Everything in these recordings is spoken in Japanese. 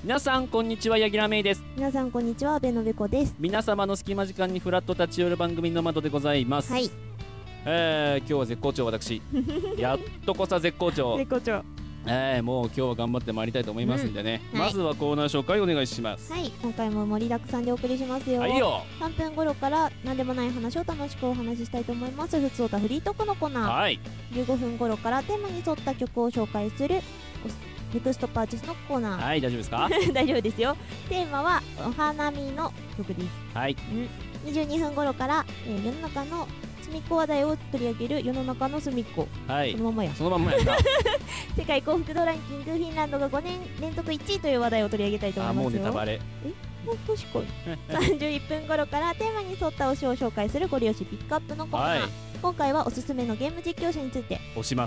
皆さんこんにちは、柳楽芽衣です。 皆さんこんにちは、阿部のべこです。 皆様の隙間時間にフラッと立ち寄る番組の窓でございます。 はい。 今日は絶好調、私やっとこさ絶好調。 絶好調。 もう今日は頑張ってまいりたいと思いますんでね、 はい、 まずはコーナー紹介お願いします。 はい、今回も盛りだくさんでお送りしますよ。 はいよ。 3分頃から何でもない話を楽しくお話ししたいと思います。ふつおたフリートークのコーナー。 はい。 15分頃からテーマに沿った曲を紹介するネクストパーチェスのコーナー。 はい、大丈夫ですか？ 大丈夫ですよ。テーマはお花見の曲です。 はい。 22分頃から、世の中の隅っこ話題を取り上げる世の中の隅っこ。 はい。 そのままや。 そのまんまやな。 世界幸福度ランキング、フィンランドが5年連続1位という話題を取り上げたいと思いますよ。 もうネタバレ。 確かに。31分頃からテーマに沿った推しを紹介するご利用しピックアップのコーナー。はい、今回はおすすめのゲーム実況者について押します。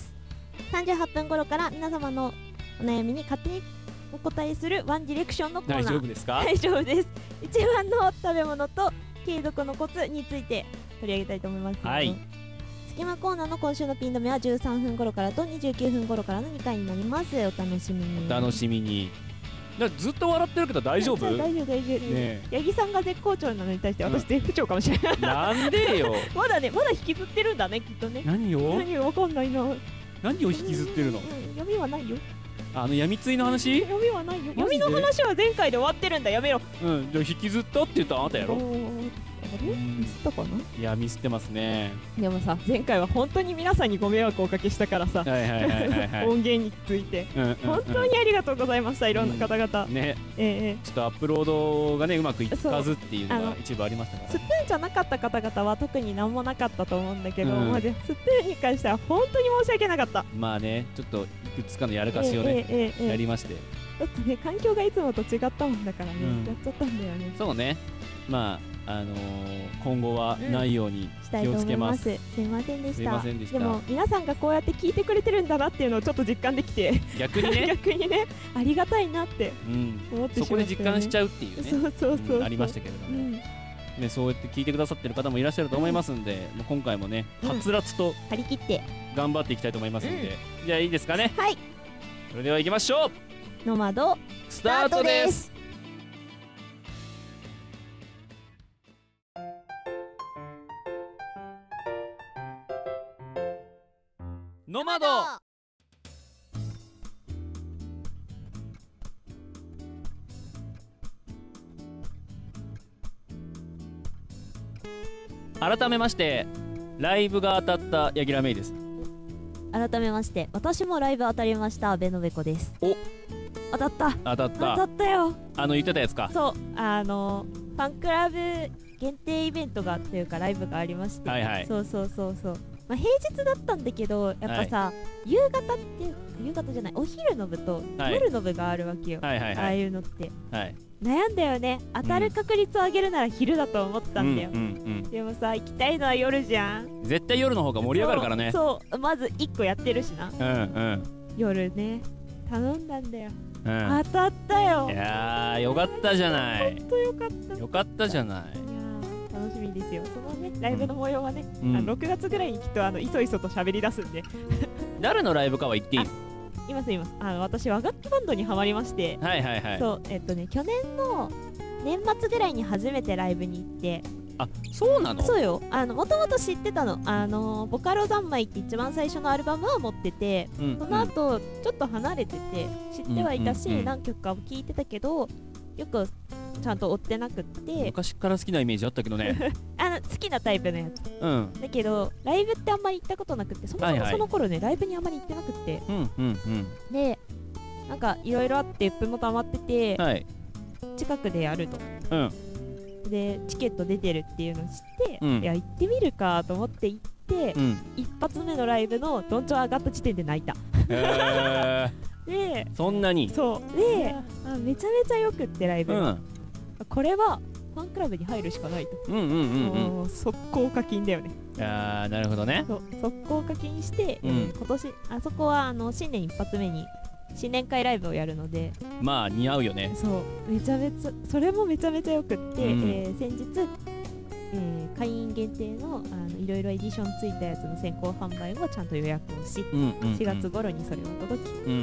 38分頃から皆様のお悩みに勝手にお答えするワンディレクションのコーナー。 大丈夫ですか？ 大丈夫です。一番の食べ物と継続のコツについて取り上げたいと思います。 はい。 隙間コーナーの今週のピン止めは13分頃からと29分頃からの2回になります。お楽しみに。 お楽しみに。ずっと笑ってるけど大丈夫？ 大丈夫。ね、八木さんが絶好調なのに対して私絶不調かもしれない。 なんでよ。 まだ引きずってるんだね、きっとね。 何をわかんないな。 何を引きずってるの？ 闇はないよ。 闇ついの話？ 闇はないよ。闇の話は前回で終わってるんだ、やめろ。 じゃあ引きずったって言ったあなたやろ。 ミスったかな？ いや、ミスってますね。 でもさ、前回は本当に皆さんにご迷惑をおかけしたからさ、音源について本当にありがとうございました、いろんな方々ね。ちょっとアップロードがねうまくいかずっていうのが一部ありましたから。 スプーンじゃなかった方々は特になんもなかったと思うんだけど、スプーンに関しては本当に申し訳なかった。 まあね、ちょっといくつかのやらかしをねやりまして、 だってね、環境がいつもと違ったもんだからね、やっちゃったんだよね。 そうね。まあ今後はないように気をつけます。 すいませんでした。でも皆さんがこうやって聞いてくれてるんだなっていうのをちょっと実感できて、 逆にねありがたいなって思ってしまって、 そこで実感しちゃうっていうね、 そうありましたけれどもね、そうやって聞いてくださってる方もいらっしゃると思いますんで、今回もねはつらつと張り切って頑張っていきたいと思いますんで、じゃあいいですかね。 はい、 それでは行きましょう。 ノマドスタートです。ノマド。改めましてライブが当たった柳楽芽衣です。 改めまして私もライブ当たりました、阿部のべこです。 お、 当たったよ。 言ってたやつか。 そう、ファンクラブ限定イベントがというかライブがありまして、そうまあ、平日だったんだけど、やっぱさ、夕方じゃない、お昼の部と夜の部があるわけよ、ああいうのって、悩んだよね。当たる確率を上げるなら昼だと思ったんだよ。でもさ、行きたいのは夜じゃん。絶対夜の方が盛り上がるからね。 そうまず1個やってるしな。夜ね、頼んだんだよ。当たったよ。 いやー、よかったじゃない。 ほんとよかった。 よかったじゃない。 楽しみですよ。そのね、ライブの模様はね、6月ぐらいにきっといそいそと喋り出すんで。 誰のライブかは言っていいの？ います。私和楽器バンドにハマりまして、そう去年の年末ぐらいに初めてライブに行って。 あ、そうなの？ そうよ。もともと知ってたの。ボカロ三昧って一番最初のアルバムは持ってて、その後ちょっと離れてて知ってはいたし、何曲か聴いてたけどよくちゃんと追ってなくって。 昔から好きなイメージあったけどね。 好きなタイプのやつ。だけどライブってあんまり行ったことなくて、そもそもその頃ね、ライブにあんまり行ってなくて、でなんかいろいろあって鬱憤も溜まってて、近くでやると。でチケット出てるっていうのを知って、いや行ってみるかと思って行って、一発目のライブのどんちょ上がった時点で泣いた。で、 そんなに？ そうで、めちゃめちゃよくってライブが、これはファンクラブに入るしかないと。速攻課金だよね。 なるほどね。 速攻課金して、今年あそこは新年一発目に新年会ライブをやるので、 まあ似合うよね。 そうめちゃめちゃそれもめちゃめちゃよくって、先日、会員限定のいろいろエディションついたやつの先行販売をちゃんと予約をし、4月頃にそれを届き、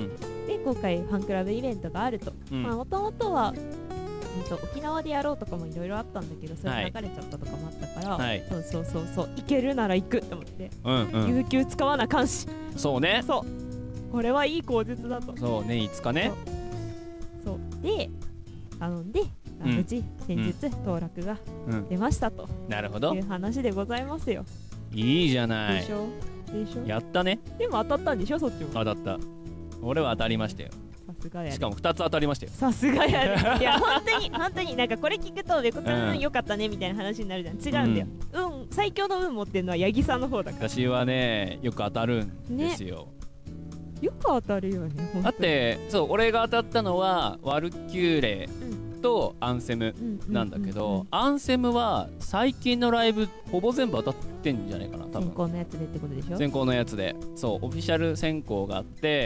で今回ファンクラブイベントがあると。もともとは沖縄でやろうとかもいろいろあったんだけど、それ流れちゃったとかもあったから、そう行けるなら行くと思って、有給使わなあかんし、 そうね、 これはいい口実だと。 そうね、いつかね。 そうで頼んで、無事先日当落が出ましたと、 なるほど、 いう話でございますよ。 いいじゃない。 でしょやったね。 でも当たったんでしょ、そっちも。 当たった。俺は当たりましたよ。 さすがや。 しかも2つ当たりましたよ。 さすがやね。いや本当になんかこれ聞くとべこくん良かったねみたいな話になるじゃん。違うんだよ。最強の運持ってるのは八木さんの方だから。 私はね、よく当たるんですよ。 よく当たるよね。 だってそう、俺が当たったのはワルキューレとアンセムなんだけど、アンセムは最近のライブほぼ全部当たってんじゃないかな、多分。 先行のやつでってことでしょ。 先行のやつで、そうオフィシャル選考があって、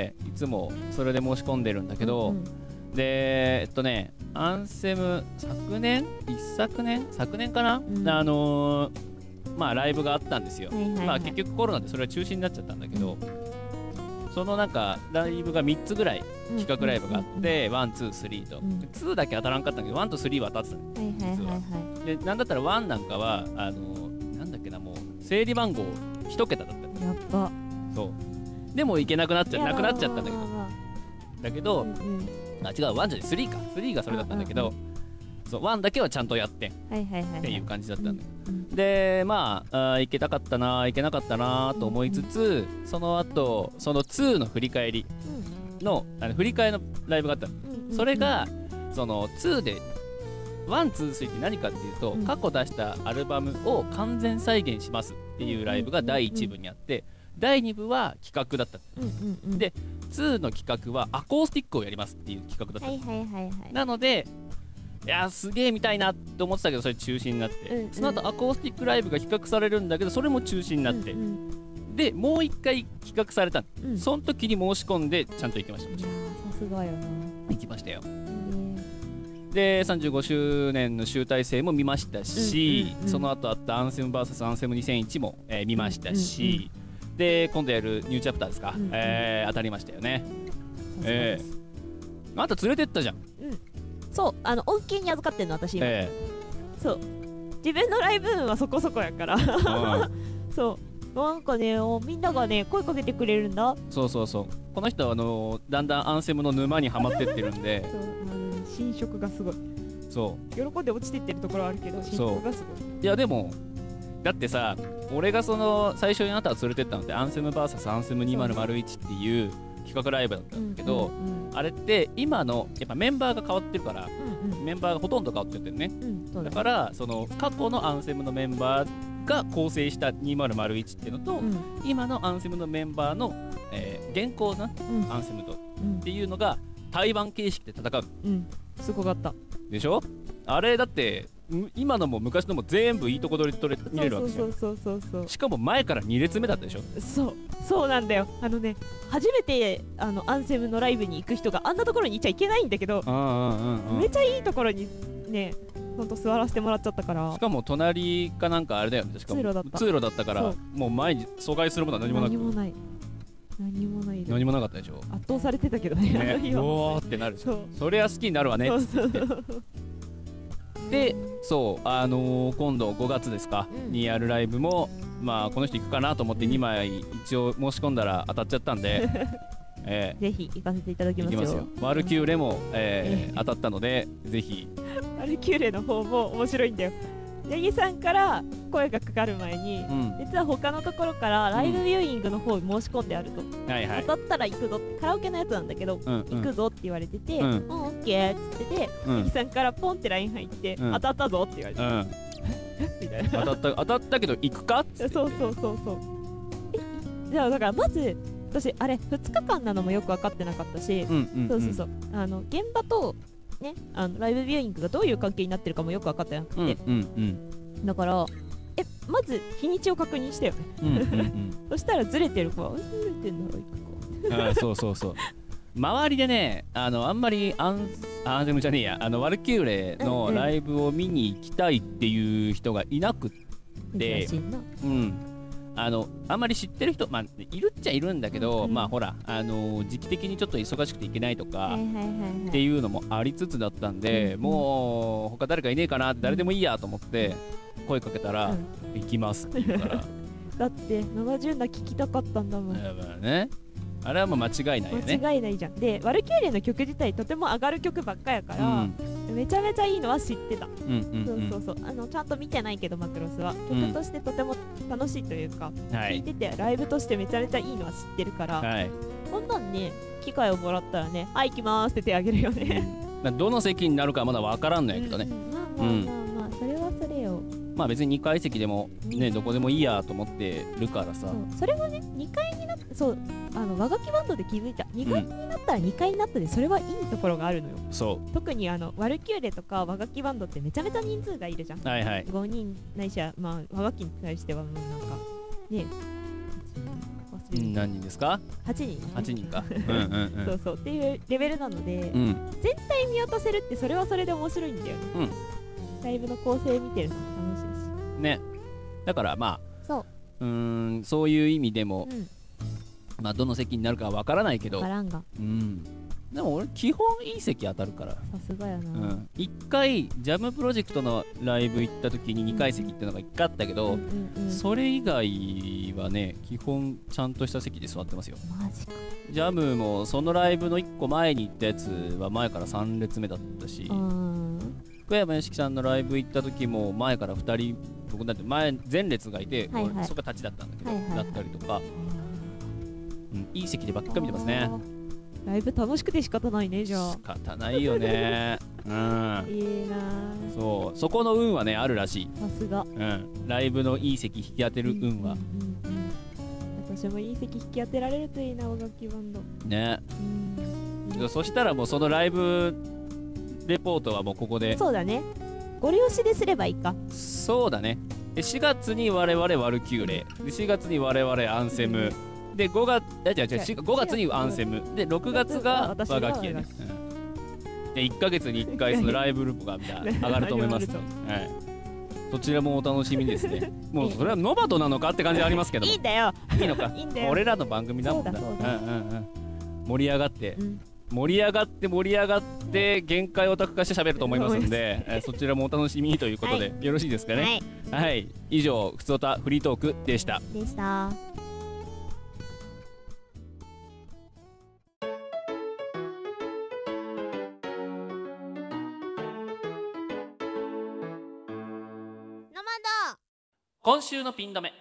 いつもそれで申し込んでるんだけど、でアンセム昨年かな、まあライブがあったんですよ。まあ結局コロナでそれは中止になっちゃったんだけど、そのなんかライブが3つぐらい企画ライブがあって、1、2、3と、2だけ当たらんかったんだけど、1と3は当たってたの、実は。で、なんだったら1なんかはなんだっけな、もう整理番号1桁だったの。 やっぱそうでもいけなくなっちゃったんだけど、あ、違う、1じゃない、3か、3がそれだったんだけど、そう1だけはちゃんとやってんっていう感じだったんだよ。で、まあいけたかったな、いけなかったなと思いつつ、その後その2の振り返りの振り返りのライブがあったの。それがその2で1、2、3って何かっていうと、過去出したアルバムを完全再現しますっていうライブが第1部にあって、第2部は企画だった。で2の企画はアコースティックをやりますっていう企画だった。なので、いやすげえ見たいなって思ってたけど、それ中止になって、その後アコースティックライブが企画されるんだけど、それも中止になって、でもう一回企画されたの、その時に申し込んでちゃんと行きました。 さすがよな。 行きましたよ。で35周年の集大成も見ましたし、その後あったアンセム VS アンセム2001も、見ましたし、で今度やるニューチャプターですか、当たりましたよね。あんた連れてったじゃん。 そう、恩恵に預かってんの私今。そう自分のライブ運はそこそこやからそうなんかね、みんながね声かけてくれるんだ。そうこの人はだんだんアンセムの沼にはまってってるんでそう新色がすごい。そう喜んで落ちてってるところあるけど、新色がすごい。 いやでもだってさ、俺がその最初にあなたを連れてったのってアンセム VS アンセム2001っていう企画ライブだったんだけど、あれって今のやっぱメンバーが変わってるから、メンバーがほとんど変わっちゃってるね。だからその過去のアンセムのメンバーが構成した2001っていうのと、今のアンセムのメンバーの、現行のアンセムと、っていうのが対バン形式で戦う。 すごかったでしょ。あれだって今のも昔のも全部いいとこ取り見れるわけですよ。しかも前から2列目だったでしょ。そうなんだよ。初めてアンセムのライブに行く人があんなところにいちゃいけないんだけど、めちゃいいところにねほんと座らせてもらっちゃったから。しかも隣かなんかあれだよね、しかも通路だったから、もう前に阻害するものは何もなく、何もなかったでしょ。 圧倒されてたけどね。 おーってなる。そりゃ好きになるわねっつって。でそう今度5月ですか、にやるライブもまあこの人行くかなと思って2枚一応申し込んだら当たっちゃったんでぜひ行かせていただきますよ。 ワルキューレも当たったのでぜひ。 ワルキューレの方も面白いんだよ。八木さんから声がかかる前に、実は他のところからライブビューイングの方に申し込んであると、当たったら行くぞって、カラオケのやつなんだけど、行くぞって言われてて、オッケーっつってて、八木さんからポンって LINE 入って、当たったぞって言われて、みたいな。 当たったけど行くかっつって。 そうじゃあだからまず私あれ2日間なのもよく分かってなかったし、現場とね、ライブビューイングがどういう関係になってるかもよく分かってなくて、だからまず日にちを確認したよね。そしたらずれてるからずれてんなら行くか。 そう周りでねあんまりアンセムじゃねえや、ワルキューレのライブを見に行きたいっていう人がいなくって、 あんまり知ってる人、いるっちゃいるんだけど、ほら時期的にちょっと忙しくていけないとかっていうのもありつつだったんで、もう他誰かいねえかな、誰でもいいやと思って声かけたら、行きますって言うからだって70な聞きたかったんだもん。 ね、あれはもう間違いないよね。 間違いないじゃん。でワルキューレの曲自体とても上がる曲ばっかやから、めちゃめちゃいいのは知ってた。ちゃんと見てないけどマクロスは曲としてとても楽しいというか、聴いててライブとしてめちゃめちゃいいのは知ってるから、こんなんね、機会をもらったらね、はい行きますって手あげるよね。 どの席になるかまだ分からんのやけどね。 まあそれはそれよ。 別に2階席でもね、どこでもいいやと思ってるからさ。 それはね、2階になって、そう和楽器バンドで気づいた。2階になったら2階になったで、それはいいところがあるのよ。そう特にワルキューレとか和楽器バンドってめちゃめちゃ人数がいるじゃん。5人ないしは、和楽器に対してはもうなんかね、 何人ですか ？8人。 8人か。 そうそうっていうレベルなので、全体見渡せるってそれはそれで面白いんだよね。ライブの構成見てるのも楽しいしね。だからそういう意味でも、どの席になるかは分からないけど、でも俺基本いい席当たるから。さすがやな。 1回ジャムプロジェクトのライブ行った時に2階席っていうのが1回あったけど、それ以外はね、基本ちゃんとした席で座ってますよ。 マジか。 ジャムもそのライブの1個前に行ったやつは前から3列目だったし、福山よしきさんのライブ行った時も前から2人、僕だって前列がいて、そこが立ちだったんだけど、だったりとか、いい席でばっか見てますね。 ライブ楽しくて仕方ないね。じゃあ仕方ないよね。 いいな。 そこの運はねあるらしい。 さすが。 ライブのいい席引き当てる運は。 私もいい席引き当てられるといいな、和楽器バンドね。そしたらもうそのライブレポートはもうここで。 そうだね、ご了承ですればいいか。 そうだね。4月に我々ワルキューレ、4月に我々アンセムで、5月にアンセムで、6月が和楽器やね。で1ヶ月に1回そのライブルポが上がると思いますので、そちらもお楽しみですね。もうそれはノバトなのかって感じありますけど。 いいんだよ。 いいのか。俺らの番組だもんな。盛り上がって盛り上がって限界オタク化して喋ると思いますので、そちらもお楽しみということでよろしいですかね。はい、以上ふつおたフリートークでした。今週のピン止め。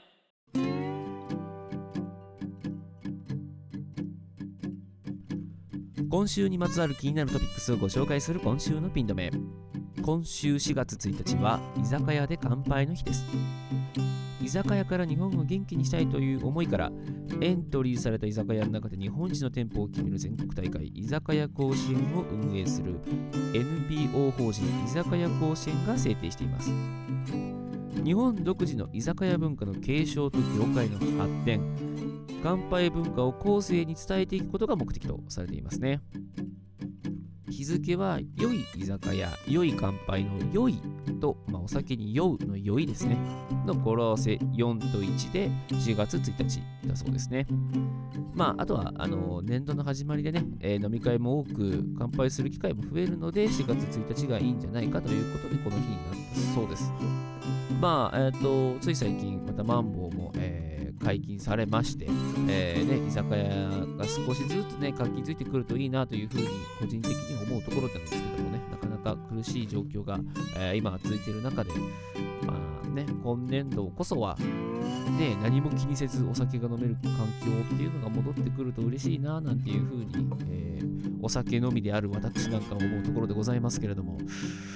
今週にまつわる気になるトピックスをご紹介する今週のピン止め。今週4月1日は居酒屋で乾杯の日です。居酒屋から日本を元気にしたいという思いから、エントリーされた居酒屋の中で日本一の店舗を決める全国大会居酒屋甲子園を運営する NPO 法人居酒屋甲子園が制定しています。日本独自の居酒屋文化の継承と業界の発展、乾杯文化を後世に伝えていくことが目的とされていますね。日付は良い居酒屋、良い乾杯の良いと、お酒に酔うの酔いですねの語呂合わせ4と1で4月1日だそうですね。あとは年度の始まりでね、飲み会も多く乾杯する機会も増えるので4月1日がいいんじゃないかということでこの日になったそうです。つい最近またマンボウも、解禁されまして、居酒屋が少しずつね活気づいてくるといいなというふうに個人的に思うところなんですけどもね、なかなか苦しい状況が、今続いている中で、今年度こそはね、何も気にせずお酒が飲める環境っていうのが戻ってくると嬉しいななんていうふうに、お酒飲みである私なんか思うところでございますけれども、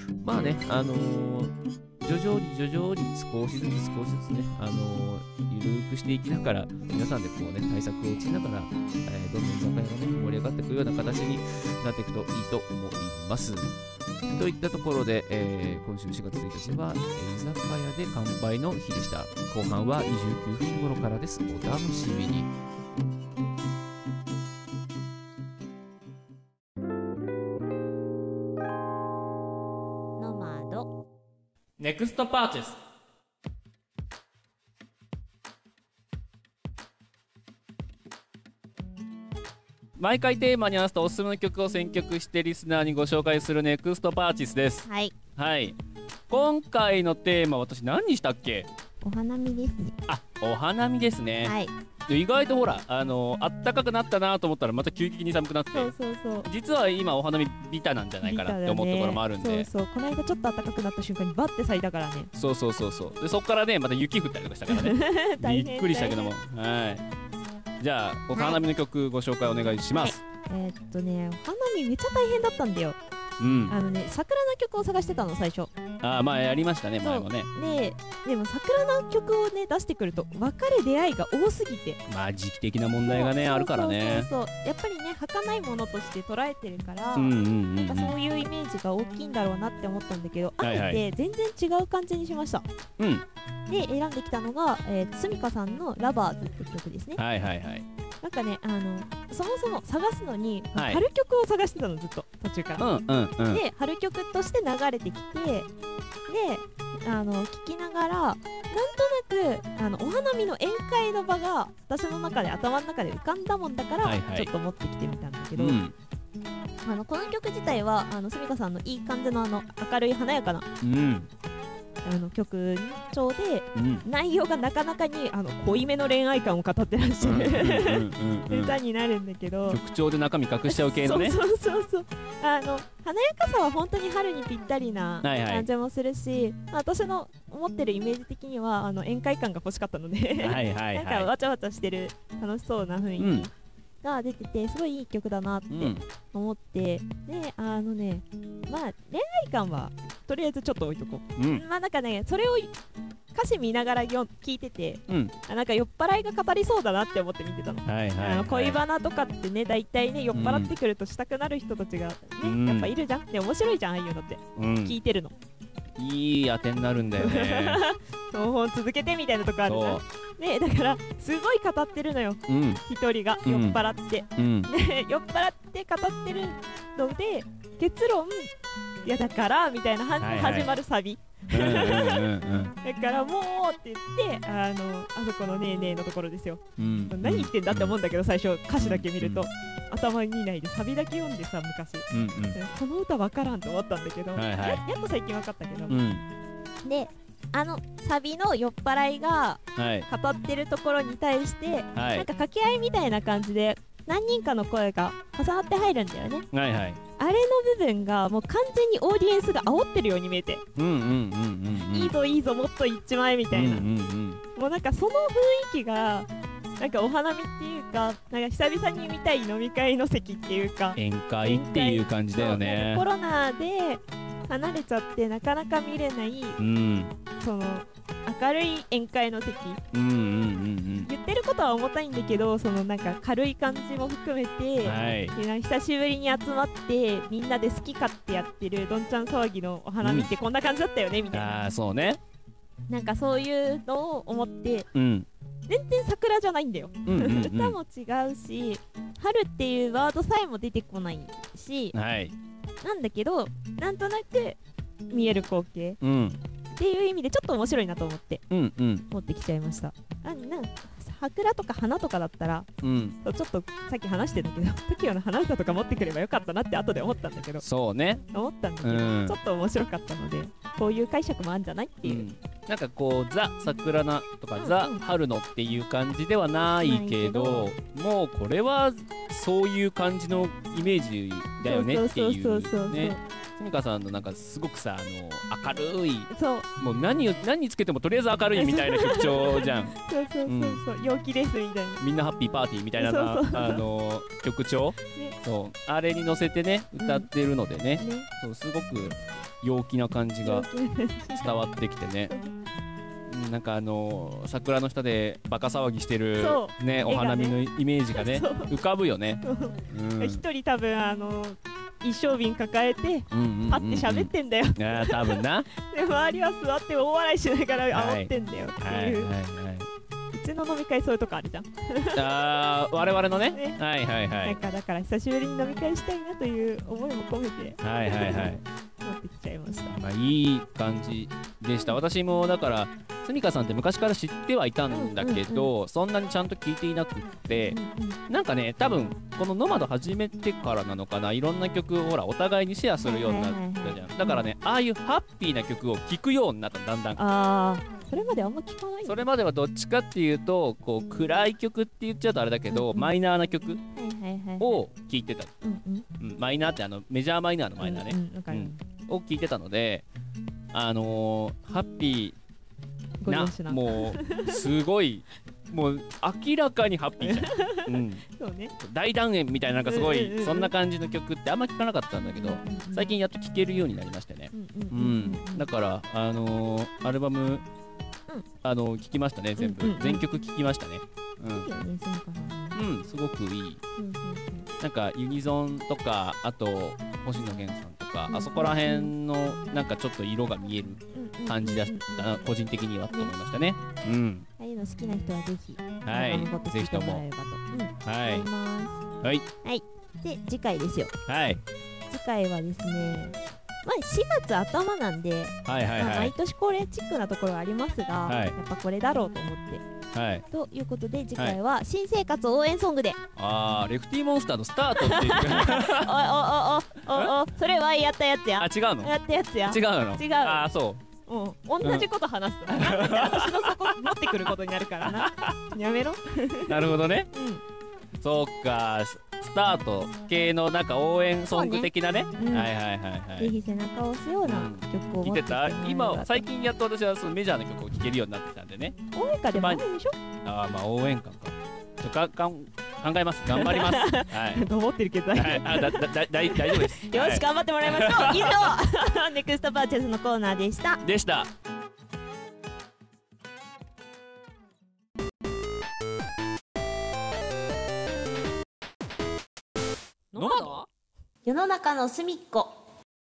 徐々に少しずつね、ゆるくしていきながら、皆さんで対策を打ちながら、どんどん居酒屋がね、盛り上がっていくような形になっていくといいと思います。といったところで、今週4月1日は、居酒屋で乾杯の日でした。後半は29分頃からです。お楽しみに。 ネクストパーチェス。 毎回テーマに合わせたおすすめの曲を選曲してリスナーにご紹介するネクストパーチスです。 はい、 はい、今回のテーマ、私何にしたっけ？ お花見ですね。 あ、お花見ですね。 はい。 意外とほら、あったかくなったなと思ったらまた急激に寒くなって、 そうそうそう、 実は今お花見ビタなんじゃないかなって思うところもあるんで、 そうそう、この間ちょっと暖かくなった瞬間にバッて咲いたからね。 そうそうそうそう、でそっからねまた雪降ったりとかしたからねびっくりしたけども。はい、じゃあお花見の曲ご紹介お願いします。 はい、お花見めっちゃ大変だったんだよ。 うん、 桜の曲を探してたの最初。 あ、まあやりましたね前もね。 でも桜の曲をね出してくると別れ出会いが多すぎて、 まあ時期的な問題がねあるからね。 そうやっぱりね儚いものとして捉えてるから、なんかそういうイメージが大きいんだろうなって思ったんだけど、あえて全然違う感じにしました。 うん、 で選んできたのがすみかさんのラバーズって曲ですね。 はいはいはい。 なんかねそもそも探すのに、春曲を探してたのずっと途中から。で春曲として流れてきて、で聴きながらなんとなくお花見の宴会の場が私の中で頭の中で浮かんだもんだから、ちょっと持ってきてみたんだけど、この曲自体はすみかさんのいい感じの明るい華やかな、曲調で、内容がなかなかに濃いめの恋愛感を語ってらっしゃる歌になるんだけど、 曲調で中身隠しちゃう系のね。 そう華やかさは本当に春にぴったりな感じもするし、私の思ってるイメージ的には宴会感が欲しかったのでなんかわちゃわちゃしてる楽しそうな雰囲気が出てて、すごいいい曲だなって思って、でまあ恋愛感はとりあえずちょっと置いとこう。まあなんかね、それを歌詞見ながら聞いてて、なんか酔っ払いが語りそうだなって思って見てたの。恋バナとかってね、大体ね酔っ払ってくるとしたくなる人たちがね、やっぱいるじゃん。で面白いじゃん、ああいうのって、聞いてるのいい当てになるんだよねそう続けてみたいなとこあるじゃん。ね、だからすごい語ってるのよ、一人が酔っ払って、で酔っ払って語ってるので、結論いやだからみたいな始まるサビだからもうって言ってあそこのねえねえのところですよ。何言ってんだって思うんだけど、最初歌詞だけ見ると頭にないでサビだけ読んでさ、昔この歌分からんと思ったんだけど、やっと最近分かったけど、でサビの酔っ払いが語ってるところに対して、なんか掛け合いみたいな感じで何人かの声が重なって入るんだよね。あれの部分がもう完全にオーディエンスが煽ってるように見えて、いいぞいいぞもっといっちまえみたいな、もうなんかその雰囲気がなんかお花見っていうか、なんか久々に見たい飲み会の席っていうか、 宴会っていう感じだよね。 コロナで離れちゃってなかなか見れない、その明るい宴会の席、言ってることは重たいんだけど、そのなんか軽い感じも含めて、久しぶりに集まってみんなで好き勝手やってるどんちゃん騒ぎのお花見ってこんな感じだったよねみたいな、 そうね、 なんかそういうのを思って、全然桜じゃないんだよ歌も違うし、春っていうワードさえも出てこないし、なんだけどなんとなく見える光景、っていう意味でちょっと面白いなと思って持ってきちゃいました。桜とか花とかだったら、ちょっとさっき話してたけど TOKIO の花歌とか持ってくればよかったなって後で思ったんだけど、 そうね、 思ったんだけど、ちょっと面白かったので、こういう解釈もあるんじゃないっていう、 なんかこうザ・桜菜とかザ・春のっていう感じではないけど、もうこれはそういう感じのイメージだよねっていうね。すみかさんのなんかすごくさ、明るい、もう何につけてもとりあえず明るいみたいな曲調じゃんそう陽気ですみたいな、 みんなハッピーパーティーみたいな曲調、そうあれに乗せてね歌ってるのでね、そうすごく陽気な感じが伝わってきてね、なんか桜の下でバカ騒ぎしてるねお花見のイメージがね浮かぶよね。 一人多分一升瓶抱えてパッて喋ってんだよ。 多分な。 で周りは座って大笑いしながら煽ってんだよっていう。うちの飲み会そういうとこあるじゃん。 我々のね。 だから久しぶりに飲み会したいなという思いも込めて持ってきちゃいました。 いい感じでした。私もだからスニカさんって昔から知ってはいたんだけど、そんなにちゃんと聞いていなくって、なんかね、多分このノマド始めてからなのかな、いろんな曲をほらお互いにシェアするようになったじゃん。だからね、ああいうハッピーな曲を聴くようになった、だんだん。 ああ、それまであんま聞かない。 それまではどっちかっていうとこう暗い曲って言っちゃうとあれだけど、マイナーな曲を聴いてた。マイナーってメジャーマイナーのマイナーね、を聴いてたので、ハッピーな、もうすごいもう明らかにハッピーじゃん、 そうね、 大団円みたいな、なんかすごいそんな感じの曲ってあんま聞かなかったんだけど、最近やっと聴けるようになりましてね。だからアルバム聴きましたね、全曲聴きましたね。すごくいい。なんかユニゾンとか、あと星野源さんとか、あそこら辺のなんかちょっと色が見える感じだったな、個人的にはと思いましたね。ああいうの好きな人はぜひ、 ぜひとも。はい。 で次回ですよ。 はい。 次回はですね、4月頭なんで、毎年恒例チックなところはありますが、やっぱこれだろうと思って。ということで次回は新生活応援ソングで、 レフティーモンスターのスタートっていうおそれはやったやつや。 違うの？ やったやつや。 違うの？ 違う。 そう。 同じこと話すと私のそこ持ってくることになるからな。やめろ。 なるほどね。そうか、スタート系のなんか応援ソング的なね。 ぜひ背中を押すような曲を持ってきてもらえればと。 今最近やっと私はそのメジャーな曲を聴けるようになってきたんでね。 応援歌でもあるでしょ。 応援歌か。考えます。頑張ります。 と思ってるけど大丈夫です。 よし、頑張ってもらいましょう。以上ネクストパーチェスのコーナーでした。ノマド？世の中の隅っこ。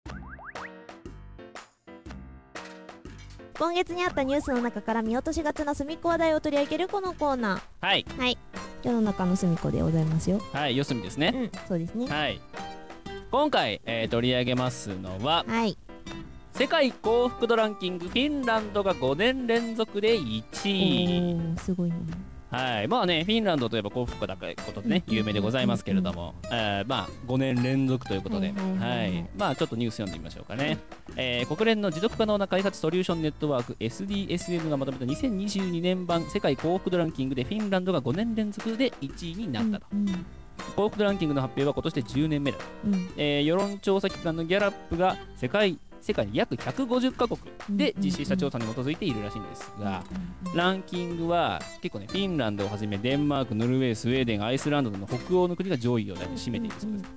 今月にあったニュースの中から見落としがちな隅っこ話題を取り上げるこのコーナー。世の中の隅っこでございますよ。 四隅ですね。 そうですね。 今回、取り上げますのは、世界幸福度ランキング、フィンランドが5年連続で1位。 すごいね。 まあね、フィンランドといえば幸福度高いことでね、有名でございますけれども、5年連続ということで、ちょっとニュース読んでみましょうかね。国連の持続可能な開発ソリューションネットワーク SDSN がまとめた2022年版世界幸福度ランキングでフィンランドが5年連続で1位になったと。幸福度ランキングの発表は今年で10年目だと。世論調査機関のギャラップが世界に約150カ国で実施した調査に基づいているらしいんですが、ランキングは結構ね、フィンランドをはじめデンマーク、ノルウェー、スウェーデン、アイスランドなどの北欧の国が上位を占めているそうです。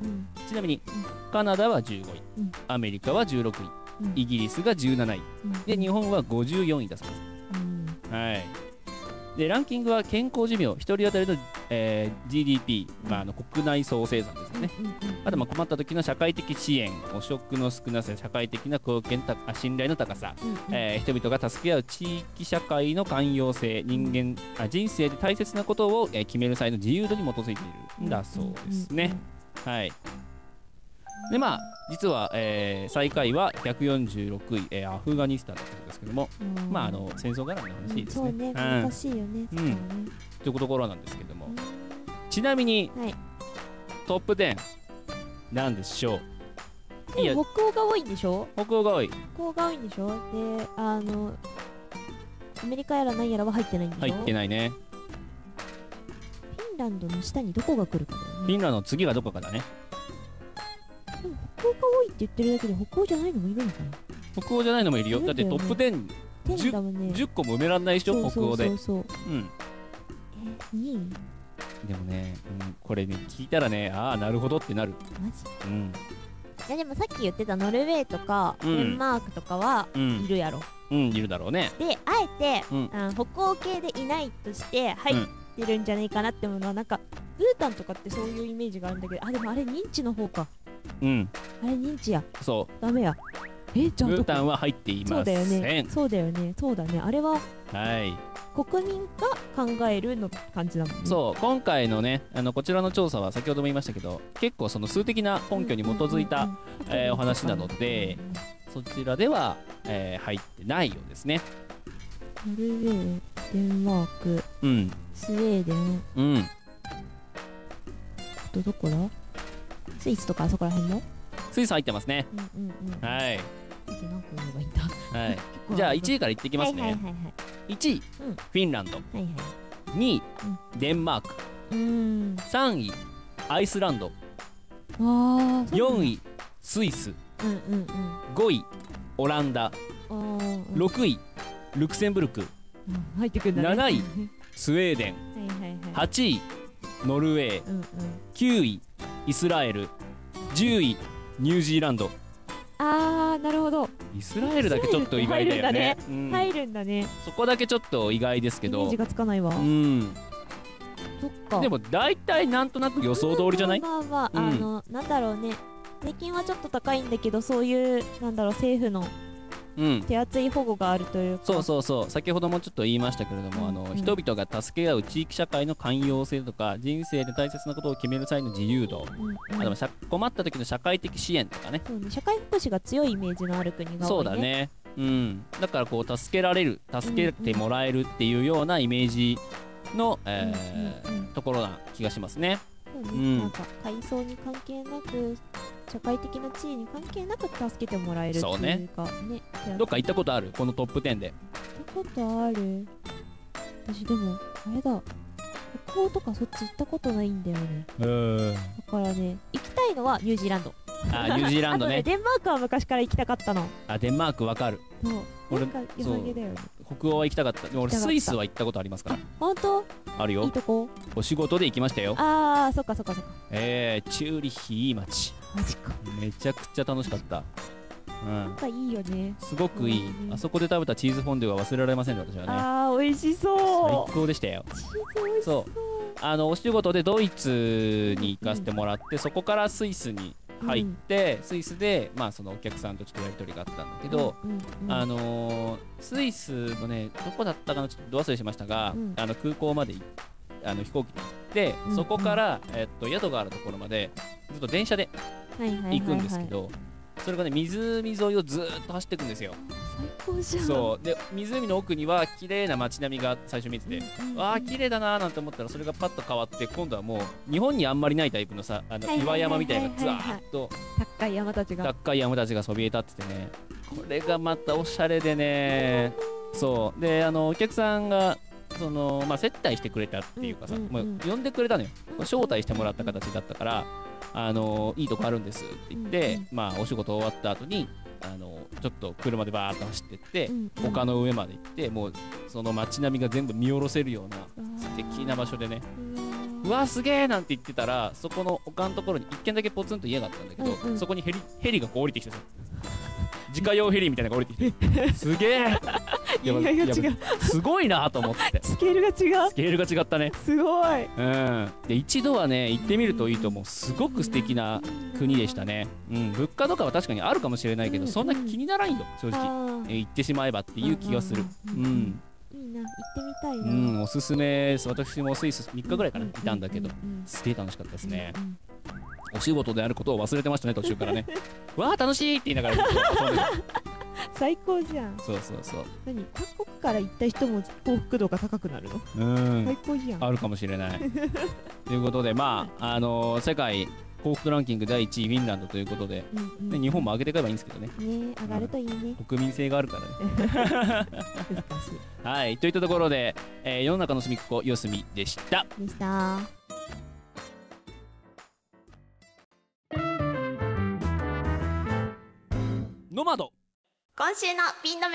ちなみにカナダは15位、アメリカは16位、イギリスが17位で、日本は54位だそうです。でランキングは健康寿命、1人当たりの、GDP、国内総生産ですよね。あと困った時の社会的支援、汚職の少なさ、社会的な貢献、信頼の高さ、人々が助け合う地域社会の寛容性、人生で大切なことを、決める際の自由度に基づいているんだそうですね。で実は、最下位は146位、アフガニスタンだったんですけども、戦争絡みの話ですね。 そうね、難しいよね。 というところなんですけども、ちなみに、トップ10なんでしょう。 北欧が多いんでしょ。 北欧が多い。 北欧が多いんでしょ。で、アメリカやら何やらは入ってないんでしょ。 入ってないね。 フィンランドの下にどこが来るかだよね。 フィンランドの次がどこかだね。 北欧が多いって言ってるだけで北欧じゃないのもいるのかな。 北欧じゃないのもいるよ。だってトップ10、10個も埋めらんないでしょ、北欧で。2位でもね、これね、聞いたらね、なるほどってなる。 マジ？いやでもさっき言ってたノルウェーとかデンマークとかはいるやろ。 いるだろうね。 で、あえて北欧系でいないとして入ってるんじゃないかなってものは、なんかブータンとかってそういうイメージがあるんだけど、でもあれ認知の方か。あれ認知や。 そう。 ダメや。じゃあブータンは入っていません。 そうだよね。そうだね。あれは国民が考えるの感じだもんね。 そう、今回のね、こちらの調査は先ほども言いましたけど、結構その数的な根拠に基づいたお話なので、そちらでは入ってないようですね。 ノルウェー、デンマーク、スウェーデン、どこだ？スイスとかあそこら辺の？ スイス入ってますね。はい。 何個言えばいいんだ。 はい。じゃあ1位からいってきますね。1位、フィンランド。2位、デンマーク。3位、アイスランド。4位、スイス。5位、オランダ。6位、ルクセンブルク。7位、スウェーデン。8位、ノルウェー。9位、イスラエル。10位、ニュージーランド。 なるほど。 イスラエルだけちょっと意外だよね。 入るんだね。 そこだけちょっと意外ですけど。 イメージがつかないわ。そっか。 でも大体なんとなく予想通りじゃない？ なんだろうね。税金はちょっと高いんだけど、そういう政府の手厚い保護があるというか。 そう先ほどもちょっと言いましたけれども、人々が助け合う地域社会の寛容性とか、人生で大切なことを決める際の自由度、困った時の社会的支援とかね。 社会福祉が強いイメージのある国が多いね。 そうだね。だからこう助けてもらえるっていうようなイメージのところな気がしますね。 なんか階層に関係なく、社会的な地位に関係なく助けてもらえるっていうかね。 どっか行ったことある？このトップ10で。 行ったことある。私でもあれだ、北欧とかそっち行ったことないんだよね。だからね、行きたいのはニュージーランド。 ニュージーランドね。 デンマークは昔から行きたかったの。 デンマークわかる。 俺なんか良さげだよね。 北欧は行きたかった。でも俺スイスは行ったことありますから。 本当？ あるよ。 いいとこ？ お仕事で行きましたよ。 そっか。チューリッヒいい街。 マジか。 めちゃくちゃ楽しかった。 なんかいいよね。 すごくいい。あそこで食べたチーズフォンデュは忘れられませんね、私はね。美味しそう。 最高でしたよ。 チーズ美味しそう。 お仕事でドイツに行かせてもらって、そこからスイスに入って、スイスでそのお客さんとちょっとやり取りがあったんだけど、スイスのね、どこだったかな、ちょっとど忘れしましたが、空港まで飛行機で行って、そこから宿があるところまでずっと電車で行くんですけど、それがね、湖沿いをずーっと走っていくんですよ。 最高じゃん。 そうで、湖の奥には綺麗な街並みが最初見てて、綺麗だなーなんて思ったら、それがパッと変わって、今度はもう日本にあんまりないタイプのさ、岩山みたいなずーっと高い山たちがそびえ立っててね、これがまたおしゃれでね。そうで、お客さんが接待してくれたっていうかさ、呼んでくれたのよ。招待してもらった形だったから、いいとこあるんですって言って、お仕事終わった後にちょっと車でバーッと走ってって、丘の上まで行って、もうその街並みが全部見下ろせるような素敵な場所でね、うわすげーなんて言ってたら、そこの丘のところに1軒だけポツンと家があったんだけど、そこにヘリがこう降りてきてさ、自家用ヘリみたいなのが降りてきてすげえすごいなと思って。 スケールが違ったね。 すごい。 で一度はね行ってみるといいと思う。すごく素敵な国でしたね。物価とかは確かにあるかもしれないけど、そんな気にならんよ正直。行ってしまえばっていう気がする。 いいな、行ってみたいな。 おすすめです。私もスイス3日ぐらいかないたんだけど、すげえ楽しかったですね。お仕事であることを忘れてましたね、途中からね。わあ楽しいって言いながら最高じゃん。 そう何、各国から行った人も幸福度が高くなるの？最高じゃん。 あるかもしれないということで、世界幸福度ランキング第1位フィンランドということで、日本も上げていけばいいんですけどね。 上がるといいね。 国民性があるからね。 難しい。 はい、といったところで、世の中の隅っこ四隅でした。ノマド、 今週のピン止め。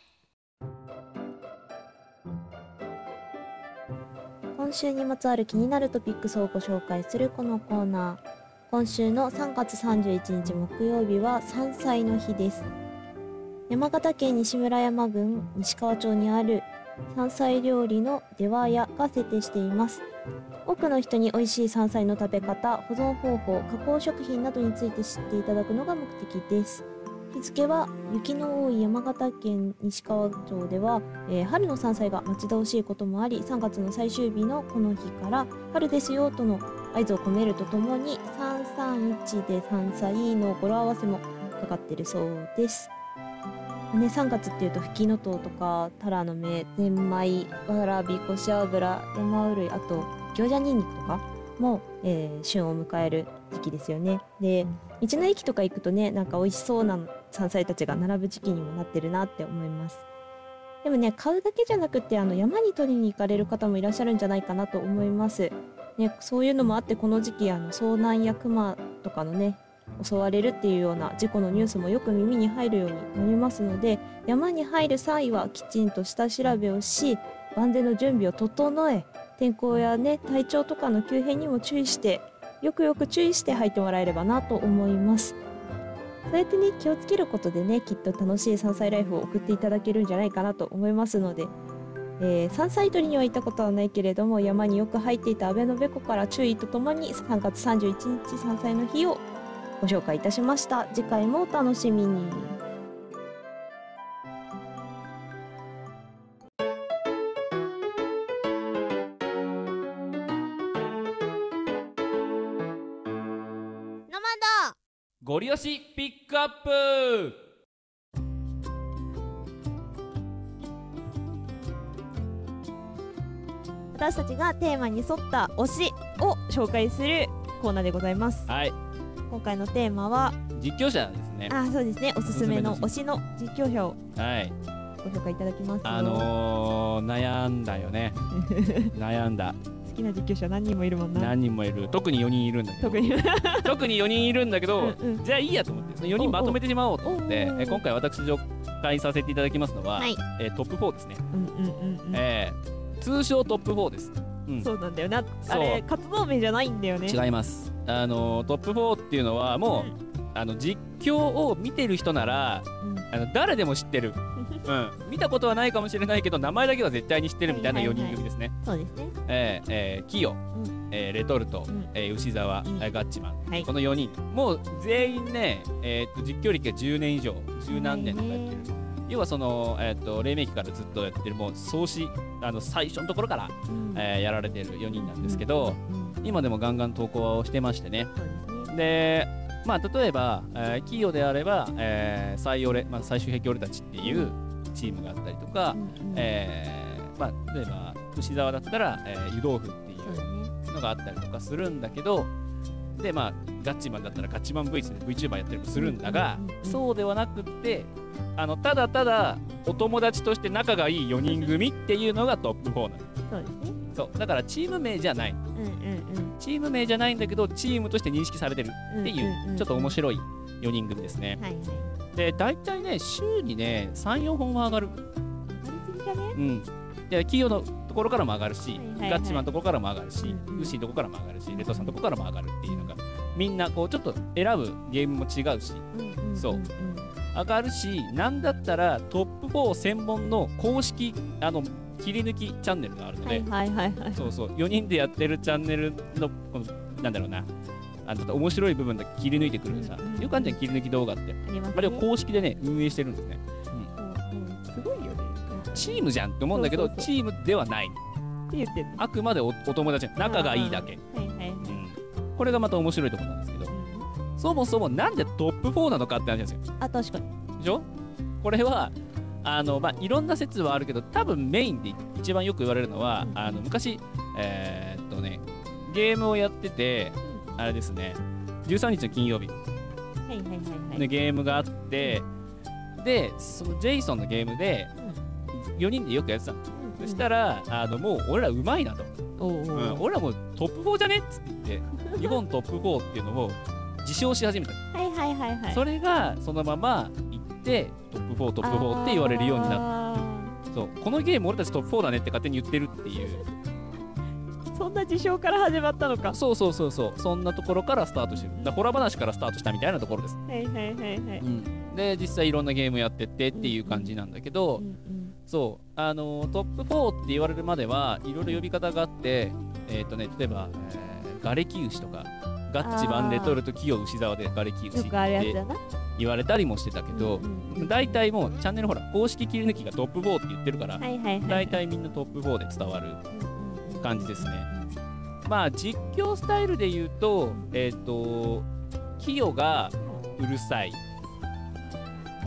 今週にまつわる気になるトピックスをご紹介するこのコーナー。今週の3月31日木曜日は山菜の日です。山形県西村山郡西川町にある山菜料理の出羽屋が制定しています。多くの人に美味しい山菜の食べ方、保存方法、加工食品などについて知っていただくのが目的です。日付は雪の多い山形県西川町では、春の山菜が待ち遠しいこともあり、3月の最終日のこの日から春ですよとの合図を込めるとともに331で山菜の語呂合わせもかかっているそうです。 ね、3月っていうとフキノトウとかタラの芽、ゼンマイ、わらび、こし油、ロマウ類、あとギョウジャニンニクとかも、旬を迎える時期ですよね。で、道の駅とか行くとね、なんか美味しそうな山菜たちが並ぶ時期にもなってるなって思います。でもね、買うだけじゃなくて山に取りに行かれる方もいらっしゃるんじゃないかなと思います。ね、そういうのもあってこの時期遭難やクマとかのね襲われるっていうような事故のニュースもよく耳に入るようになりますので、山に入る際はきちんと下調べをし、万全の準備を整え、天候やね体調とかの急変にも注意して、よくよく注意して入ってもらえればなと思います。そうやってね気をつけることでね、きっと楽しい山菜ライフを送っていただけるんじゃないかなと思いますので、山菜採りには行ったことはないけれども、山によく入っていた阿部のべこから注意とともに3月31日山菜の日をご紹介いたしました。次回もお楽しみに。 ゴリ押しピックアップ。 私たちがテーマに沿った推しを紹介するコーナーでございます。 はい。 今回のテーマは実況者ですね。 そうですね。おすすめの推しの実況者をはいご紹介いただきます。 悩んだよね。悩んだ。 好きな実況者何人もいるもんな。 何人もいる。特に4人いるんだけど。特に4人いるんだけど、じゃあいいやと思って、その4人まとめてしまおうと思って、今回私紹介させていただきますのは、トップ4ですね。通称トップ4です。 そうなんだよな。あれ活動名じゃないんだよね。 違います。トップ4っていうのはもう実況を見てる人なら誰でも知ってる。見たことはないかもしれないけど名前だけは絶対に知ってるみたいな4人組ですね。 そうですね。 キヨ、レトルト、牛沢、ガッチマン、この4人もう全員ね、実況歴が10年以上、10何年とかやってる。要はその黎明期からずっとやってる、もう創始最初のところからやられてる4人なんですけど、今でもガンガン投稿をしてましてね。で、まあ例えばキヨであれば最終兵器俺たちっていうチームがあったりとか、まあ例えば牛沢だったら湯豆腐っていうのがあったりとかするんだけど、でまあガッチマンだったらガッチマン VTuber やったりもするんだが、そうではなくってただただお友達として仲がいい4人組っていうのがトップ4なの。 そうですね。 そうだからチーム名じゃない、チーム名じゃないんだけどチームとして認識されてるっていうちょっと面白い4人組ですね。で大体ね週にね 3,4 本は上がる。で企業のところからも上がるし、ガッチマンのところからも上がるし、ウシのところからも上がるし、レトさんのところからも上がるっていうのがみんなこうちょっと選ぶゲームも違うし、そう上がるし、なんだったらトップ4専門の公式切り抜きチャンネルがあるので、そうそう4人でやってるチャンネルのこのなんだろうな、面白い部分だけ切り抜いてくるさ、よくあるじゃん切り抜き動画って。あれを公式でね運営してるんですね。 すごいよね。 チームじゃんって思うんだけど、チームではない。あくまで お友達、仲がいいだけ。これがまた面白いところなんですけど、そもそもなんでトップ4なのかって話なんですよ。 確かに。 でしょ？これはまあいろんな説はあるけど、多分メインで一番よく言われるのは、昔ゲームをやってて、あれですね、13日の金曜日のゲームがあって、でそのジェイソンのゲームで4人でよくやってたの。そしたらもう俺らうまいなと、俺らもうトップ4じゃねっつって言って日本トップ4っていうのを自称し始めた。それがそのままいってトップ4トップ4って言われるようになった。そう、このゲーム俺たちトップ4だねって勝手に言ってるっていう、 そんな自称から始まったのか。 そうそんなところからスタートしてる。ホラ話からスタートしたみたいなところです。で実際いろんなゲームやってってっていう感じなんだけど、そうトップ4って言われるまではいろいろ呼び方があって、例えば、ガレキ牛とかガッチマンレトルト企業牛沢でガレキ牛って言われたりもしてたけど、大体もうチャンネルほら公式切り抜きがトップ4って言ってるから、大体みんなトップ4で伝わる感じですね。まあ実況スタイルで言うとキヨがうるさい、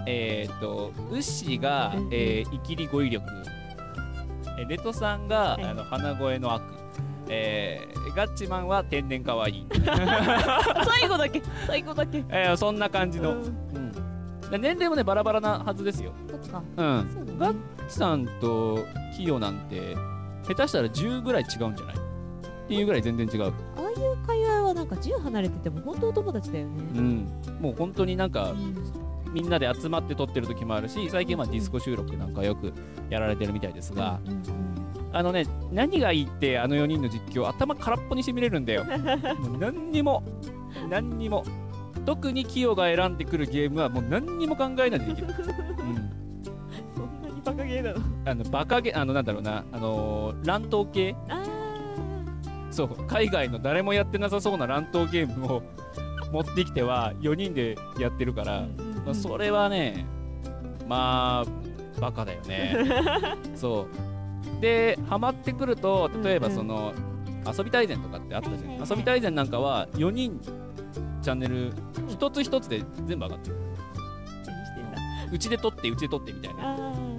ウッシーが、イキリ語彙力、レトさんが、鼻声の悪、ガッチマンは天然可愛い最後だけそんな感じの、年齢もねバラバラなはずですよ。 そっか。 ガッチさんとキヨなんて下手したら10ぐらい違うんじゃないっていうぐらい全然違う。 ああいう会話はなんか10離れてても本当お友達だよね。 もう本当になんか、みんなで集まって撮ってる時もあるし、最近はディスコ収録なんかよくやられてるみたいですが、何がいいってあの4人の実況頭空っぽにして見れるんだよ。もう何にも特にキヨが選んでくるゲームはもう何にも考えないでできる。そんなにバカゲーなの？ バカゲー、なんだろうな、乱闘系。そう、海外の誰もやってなさそうな乱闘ゲームを持ってきては4人でやってるから、それはね、まあバカだよね。そうでハマってくると、例えばその、遊び大全とかってあったじゃん。遊び大全なんかは4人チャンネル一つ一つで全部上がってる。うちで撮ってみたいな。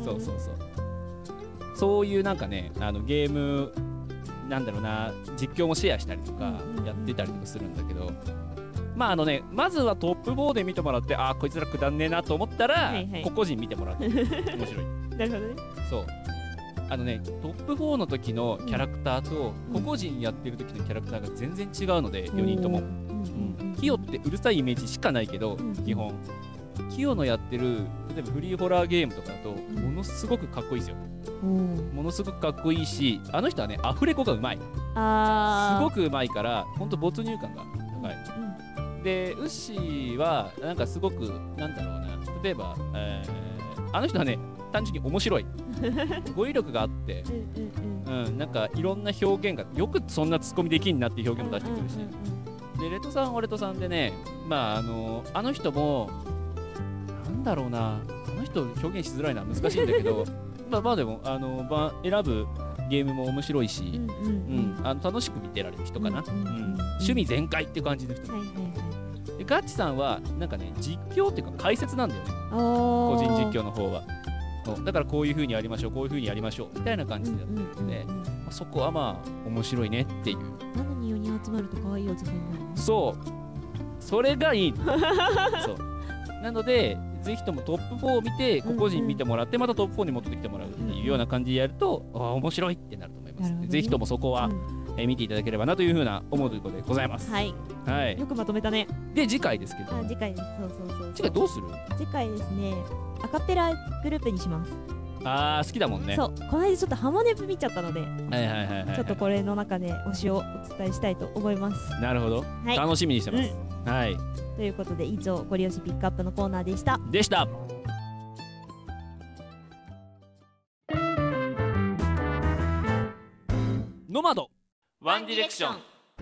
そういうなんかね、ゲームなんだろうな、実況もシェアしたりとかやってたりとかするんだけど、まあまずはトップ4で見てもらって、こいつらくだんねえなと思ったら、個々人見てもらって面白い。 なるほどね。 そう、トップ4の時のキャラクターと個々人やってる時のキャラクターが全然違うので、4人とも。キヨってうるさいイメージしかないけど、基本キヨのやってる例えばフリーホラーゲームとかだとものすごくかっこいいですよ。ものすごくかっこいいし、あの人はねアフレコがうまい。すごくうまいから本当没入感が高い。でウッシーはなんかすごくなんだろうな、例えば、あの人はね単純に面白い語彙力があってなんかいろんな表現がよくそんなツッコミできんなっていう表現も出してくるし、でレトさんはレトさんでね、まああの人もなんだろうな、あの人表現しづらいな、難しいんだけどまあでも選ぶゲームも面白いし、楽しく見てられる人かな。趣味全開って感じの人。でガッチさんはなんかね実況っていうか解説なんだよね、個人実況の方は。だからこういう風にやりましょう、こういう風にやりましょうみたいな感じでやってるので、そこはまあ面白いねっていう。 なのに4人集まると可愛いおじさんになる。 そう、それがいいそうなのでぜひともトップ4を見て個々人見てもらって、またトップ4に戻ってきてもらうっていうような感じでやると、面白いってなると思いますので、ぜひともそこは見ていただければなというふうな思うということでございます。 はい、よくまとめたね。 で次回ですけど、 次回です。そう次回どうする？ 次回ですね、アカペラグループにします。 好きだもんね。 そう、この間ちょっとハモネプ見ちゃったので、ちょっとこれの中で推しをお伝えしたいと思います。 なるほど、楽しみにしてます。はい、 ということで以上ゴリ押しピックアップのコーナーでした。 ノマドワンディレクション。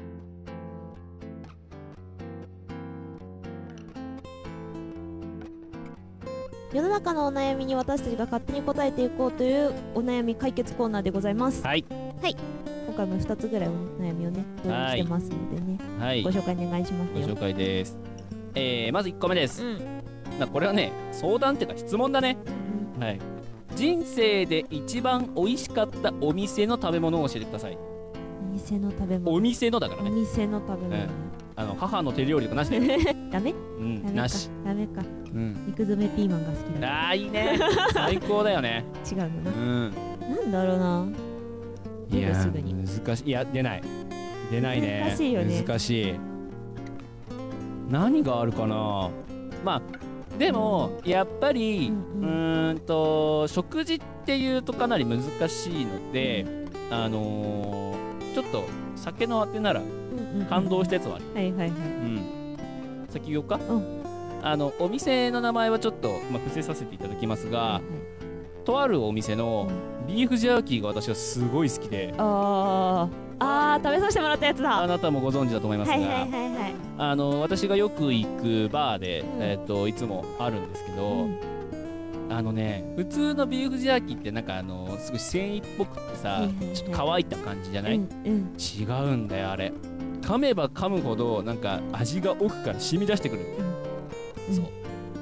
世の中のお悩みに私たちが勝手に答えていこうというお悩み解決コーナーでございます。 はい、 今回も2つぐらいお悩みをね用意してますのでね、ご紹介お願いしますよ。 ご紹介です。まず1個目です。これはね相談っていうか質問だね。人生で一番美味しかったお店の食べ物を教えてください。 お店の食べ物。 お店のだからね。 お店の食べ物。 母の手料理とかなしで。 ダメ？ なし。 ダメか。肉詰めピーマンが好きだ。 いいね。最高だよね。 違うのな。なんだろうな。 いや難しい。いや出ないね。 難しいよね。 難しい。何があるかな。まあでもやっぱり食事っていうとかなり難しいので、ちょっと酒のあてなら感動したやつはある。先言おうか。お店の名前はちょっと伏せさせていただきますが、とあるお店のビーフジャーキーが私はすごい好きで、 食べさせてもらったやつだ。 あなたもご存知だと思いますが、私がよく行くバーでいつもあるんですけど、普通のビーフジャーキーってなんかすごい繊維っぽくってさ、ちょっと乾いた感じじゃない？違うんだよあれ。噛めば噛むほどなんか味が奥から染み出してくる。そう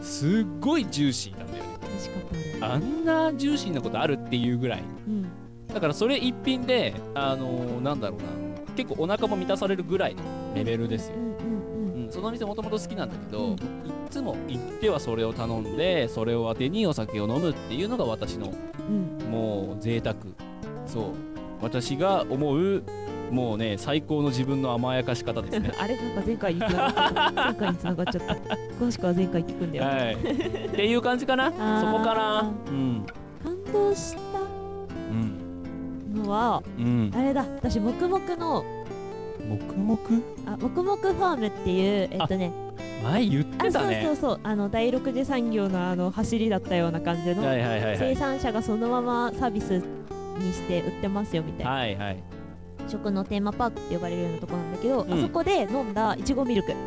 すっごいジューシーなんだよね。 美味しかった。 あんなジューシーなことあるっていうぐらい、だからそれ一品でなんだろうな、結構お腹も満たされるぐらいのレベルですよ。その店もともと好きなんだけど、いつも行ってはそれを頼んで、それを当てにお酒を飲むっていうのが私の、もう贅沢。そう、私が思うもうね、最高の自分の甘やかし方ですね。 あれ、なんか前回につながっちゃった。詳しくは前回聞くんだよ。 はい。っていう感じかな。そこかな。 感動したのは、あれだ。私黙々の黙々 ファームっていう前言ってたね。 そう第6次産業の走りだったような感じの生産者がそのままサービスにして売ってますよみたいな。はいはい。食のテーマパークって呼ばれるようなとこなんだけど、あそこで飲んだいちごミルク。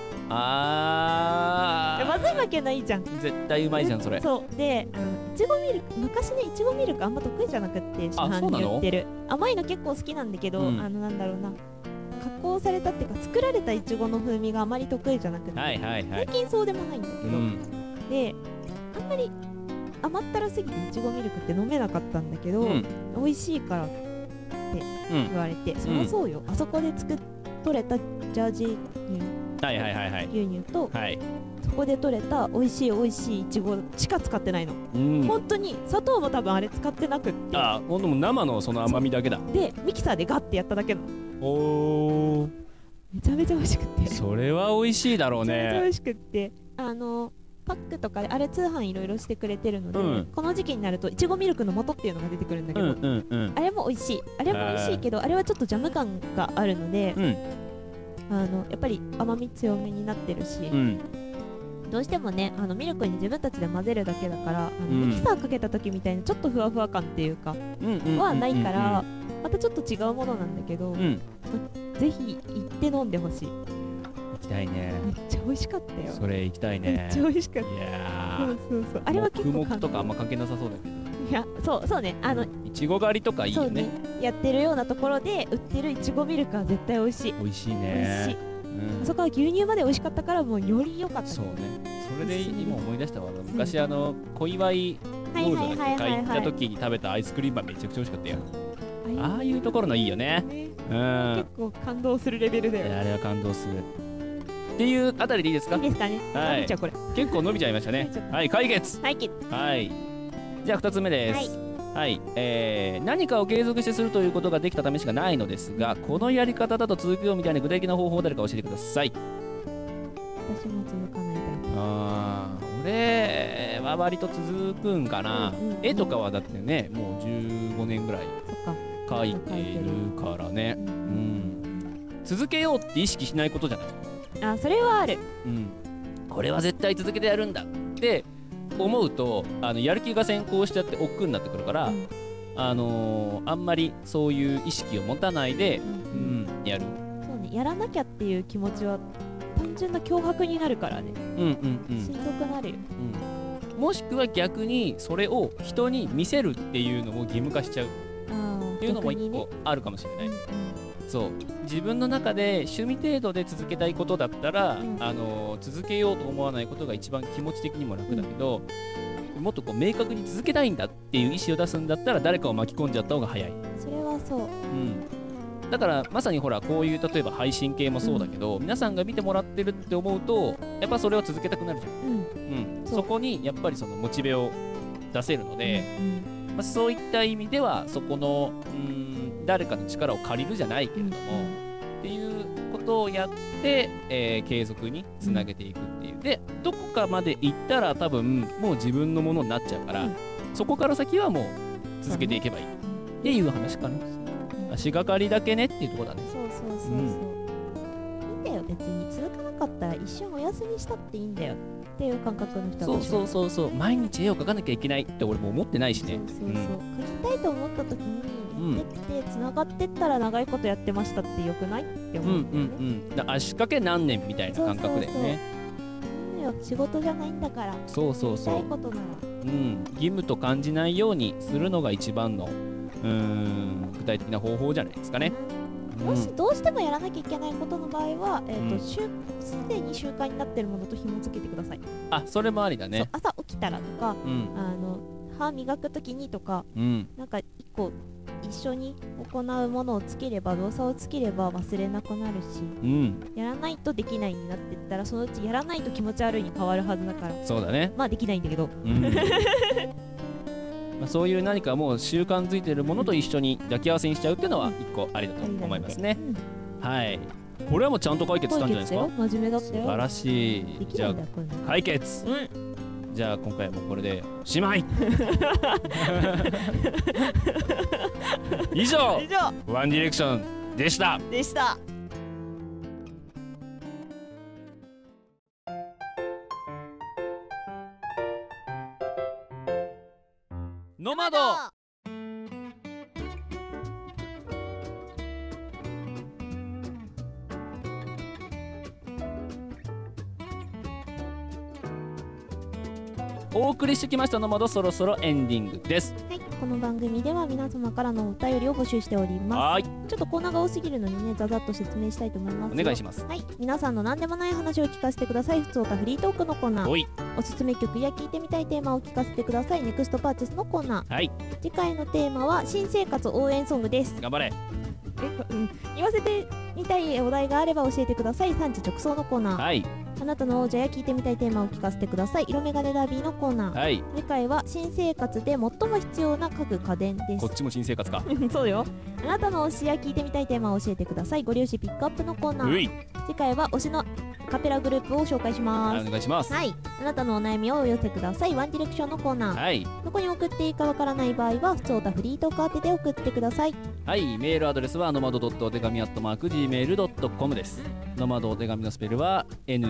まずいわけないじゃん。 絶対うまいじゃんそれ。 そうで、いちごミルク、昔ねいちごミルクあんま得意じゃなくって市販に売ってる甘いの結構好きなんだけど、なんだろうな、加工されたっていうか作られたいちごの風味があまり得意じゃなくて、最近そうでもないんだけど、であんまり甘ったらすぎていちごミルクって飲めなかったんだけど、美味しいからって言われて、そりゃそうよ、あそこで取れたジャージー牛乳と、そこで取れた美味しいいちごしか使ってないの。本当に砂糖も多分あれ使ってなくって、 ほんとも生のその甘みだけだ。 でミキサーでガッてやっただけなの。めちゃめちゃ美味しくて、 それは美味しいだろうね。 めちゃめちゃ美味しくって、パックとかであれ通販いろいろしてくれてるので、この時期になるといちごミルクの素っていうのが出てくるんだけど、あれも美味しい、けどあれはちょっとジャム感があるので、やっぱり甘み強めになってるし、どうしてもねミルクに自分たちで混ぜるだけだから、ミキサーかけた時みたいにちょっとふわふわ感っていうかはないから、またちょっと違うものなんだけど、ぜひ行って飲んでほしい。行きたいね。 めっちゃ美味しかったよ。 それ行きたいね。 めっちゃ美味しかった。 いやそうあれは結構黙々とかあんま関係なさそうだけど。 いやそうね、 いちご狩りとかいいよね。 やってるようなところで売ってるいちごミルクは絶対美味しい。 美味しいね。 美味しい。あそこは牛乳まで美味しかったからもうより良かった。 そうね。それで今思い出したわ。昔小祝ゴールドだっけ行った時に食べたアイスクリームはめちゃくちゃ美味しかったよ。ああいうところのいいよね。 結構感動するレベルだよ。 あれは感動する。っていうあたりでいいですか？ いいですかね。 はい。結構伸びちゃいましたね。はい、解決。 はい。 じゃあ2つ目です。はい。何かを継続してするということができた試しがないのですが、このやり方だと続くよみたいな具体的な方法を誰か教えてください。 私も続かないタイプ。 俺は割と続くんかな。絵とかはだってね、もう15年ぐらい描いてるからね。続けようって意識しないことじゃない。 それはある。 これは絶対続けてやるんだって思うと、やる気が先行しちゃって億劫になってくるから、あんまりそういう意識を持たないで、やる。 そうね、やらなきゃっていう気持ちは単純な脅迫になるからね。しんどくなるよ。 もしくは逆にそれを人に見せるっていうのを義務化しちゃうっていうのも一個あるかもしれない。そう自分の中で趣味程度で続けたいことだったら、続けようと思わないことが一番気持ち的にも楽だけど、もっとこう明確に続けたいんだっていう意思を出すんだったら誰かを巻き込んじゃった方が早い。 それはそう。 だからまさにほらこういう例えば配信系もそうだけど、皆さんが見てもらってるって思うとやっぱそれを続けたくなるじゃん。そこにやっぱりそのモチベを出せるので、そういった意味ではそこの誰かの力を借りるじゃないけれども、っていうことをやって、継続につなげていくっていう。でどこかまで行ったら多分もう自分のものになっちゃうから、そこから先はもう続けていけばいいっていう話かな。足がかりだけねっていうところだね。 そういいんだよ、別に続かなかったら一瞬お休みしたっていいんだよっていう感覚の人は。 そう毎日絵を描かなきゃいけないって俺も思ってないしね。 描きたいと思った時にやってって繋がってったら長いことやってましたってよくないって思うんだよね。 足掛け何年みたいな感覚だよね。 仕事じゃないんだから。 そう。 やりたいことなら義務と感じないようにするのが一番の具体的な方法じゃないですかね。 もしどうしてもやらなきゃいけないことの場合は、すでに習慣になってるものと紐付けてください。 あ、それもありだね。 朝起きたらとか、歯磨くときにとか、なんか一個一緒に行うものをつければ、動作をつければ忘れなくなるし、やらないとできないになってったら、そのうちやらないと気持ち悪いに変わるはずだから。 そうだね。 まあできないんだけど、 まあそういう何かもう習慣づいてるものと一緒に抱き合わせにしちゃうっていうのは一個ありだと思いますね。はい、これはもうちゃんと解決したんじゃないですか。 真面目だったよ。 素晴らしい。じゃあ解決。じゃあ今回はもうこれでおしまい。以上ワンディレクションでした。ノマド。お送りしてきましたノマド、そろそろエンディングです。 はい、この番組では皆様からのお便りを募集しております。ちょっとコーナーが多すぎるのでね、ざざっと説明したいと思います。 お願いします。 はい、皆さんの何でもない話を聞かせてください。ふつおたフリートークのコーナー、おすすめ曲や聞いてみたいテーマを聞かせてください。ネクストパーチェスのコーナー。次回のテーマは新生活応援ソングです。 頑張れ。 言わせてみたいお題があれば教えてください。産地直送のコーナー。あなたの王者や聞いてみたいテーマを聞かせてください。色眼鏡ダービーのコーナー。次回は新生活で最も必要な家具家電です。 こっちも新生活か。 そうよ。あなたの推しや聞いてみたいテーマを教えてください。ご両親ピックアップのコーナー。次回は推しのカペラグループを紹介します。 お願いします。 はい、あなたのお悩みをお寄せください。ワンディレクションのコーナー。どこに送っていいかわからない場合はふつおたフリートーク宛てで送ってください。 はい、メールアドレスはノマドお手紙@gmail.com です。ノマドお手紙のスペルは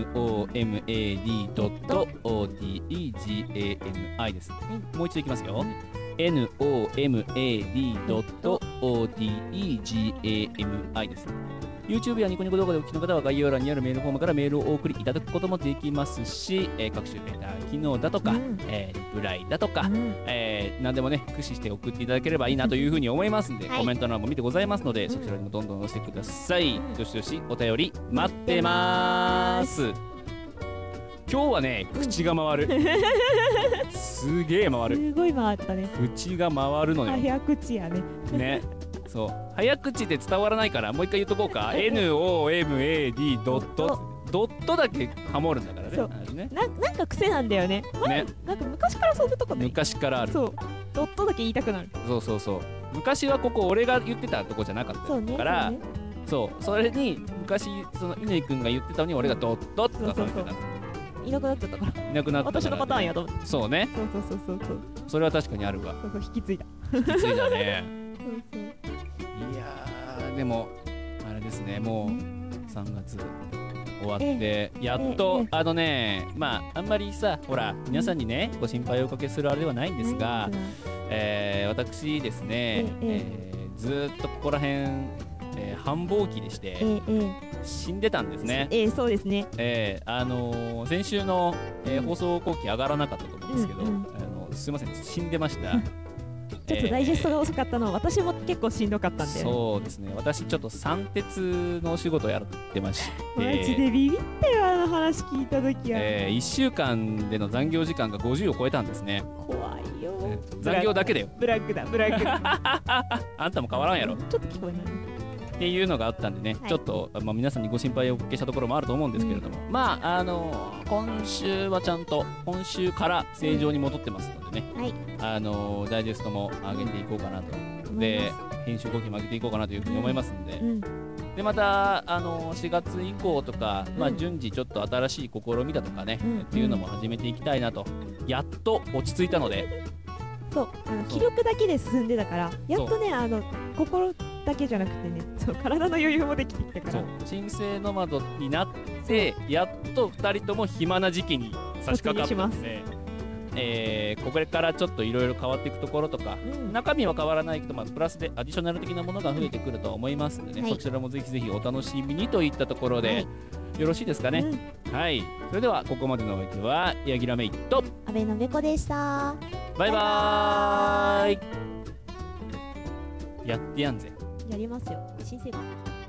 nomad.otegami です。もう一度いきますよ。nomad.otegami です。YouTube やニコニコ動画でお聞きの方は概要欄にあるメールフォームからメールをお送りいただくこともできますし、各種レター機能だとか、リプライだとか、何でもね駆使して送っていただければいいなというふうに思いますので、コメント欄も見てございますので、そちらにもどんどん載せてください。どしどしお便り待ってます。今日はね、口が回る。すげえ回る。 すごい回ったね。 口が回るのよ。 早口やね。 ね。そう、早口で伝わらないからもう一回言っとこうか。nomad ドットだけハモるんだからね。 なんか癖なんだよね。なんか昔からそういうとこね。 昔からある。 そう、ドットだけ言いたくなる。 そう昔はここ俺が言ってたとこじゃなかったから、それに昔その乾くんが言ってたのに俺がドットって出されてた。 いなくなっちゃったから。 いなくなった。 私のパターンやと思って。 そうね。 そう。 それは確かにあるわ。 引き継いだ。 引き継いだね。いやー、でもあれですね、もう3月終わってやっとまああんまりさ、ほら皆さんにねご心配をおかけするあれではないんですが、私ですね、ずっとここら辺繁忙期でして死んでたんですね。 そうですね。 先週の放送後期上がらなかったと思うんですけど、すいません、死んでました。 ちょっとダイジェストが遅かったのは私も結構しんどかったんで。 そうですね、私ちょっと三鉄のお仕事やってまして、 マジでビビったよ、あの話聞いた時は。 1週間での残業時間が50を超えたんですね。 怖いよ。 残業だけだよ。 ブラックだ。 あんたも変わらんやろ。 ちょっと聞こえないっていうのがあったんでね、ちょっと皆さんにご心配をおかけしたところもあると思うんですけれども、まあ今週はちゃんと今週から正常に戻ってますのでね、ダイジェストも上げていこうかなと、で編集後期も上げていこうかなというふうに思いますんで、でまた4月以降とか、順次ちょっと新しい試みだとかね、っていうのも始めていきたいなと。やっと落ち着いたので、 そう、気力だけで進んでたから、やっとね、心だけじゃなくてね、体の余裕もできてきたから、 新生ノマドになってやっと2人とも暇な時期に差し掛かったので、これからちょっといろいろ変わっていくところとか、中身は変わらないけど、プラスでアディショナル的なものが増えてくると思いますのでね、そちらもぜひぜひお楽しみにといったところで、よろしいですかね。はい、それではここまでのお相手はヤギラメイと阿部のべこでした。 バイバーイ。やってやんぜ。 やりますよ、新生活。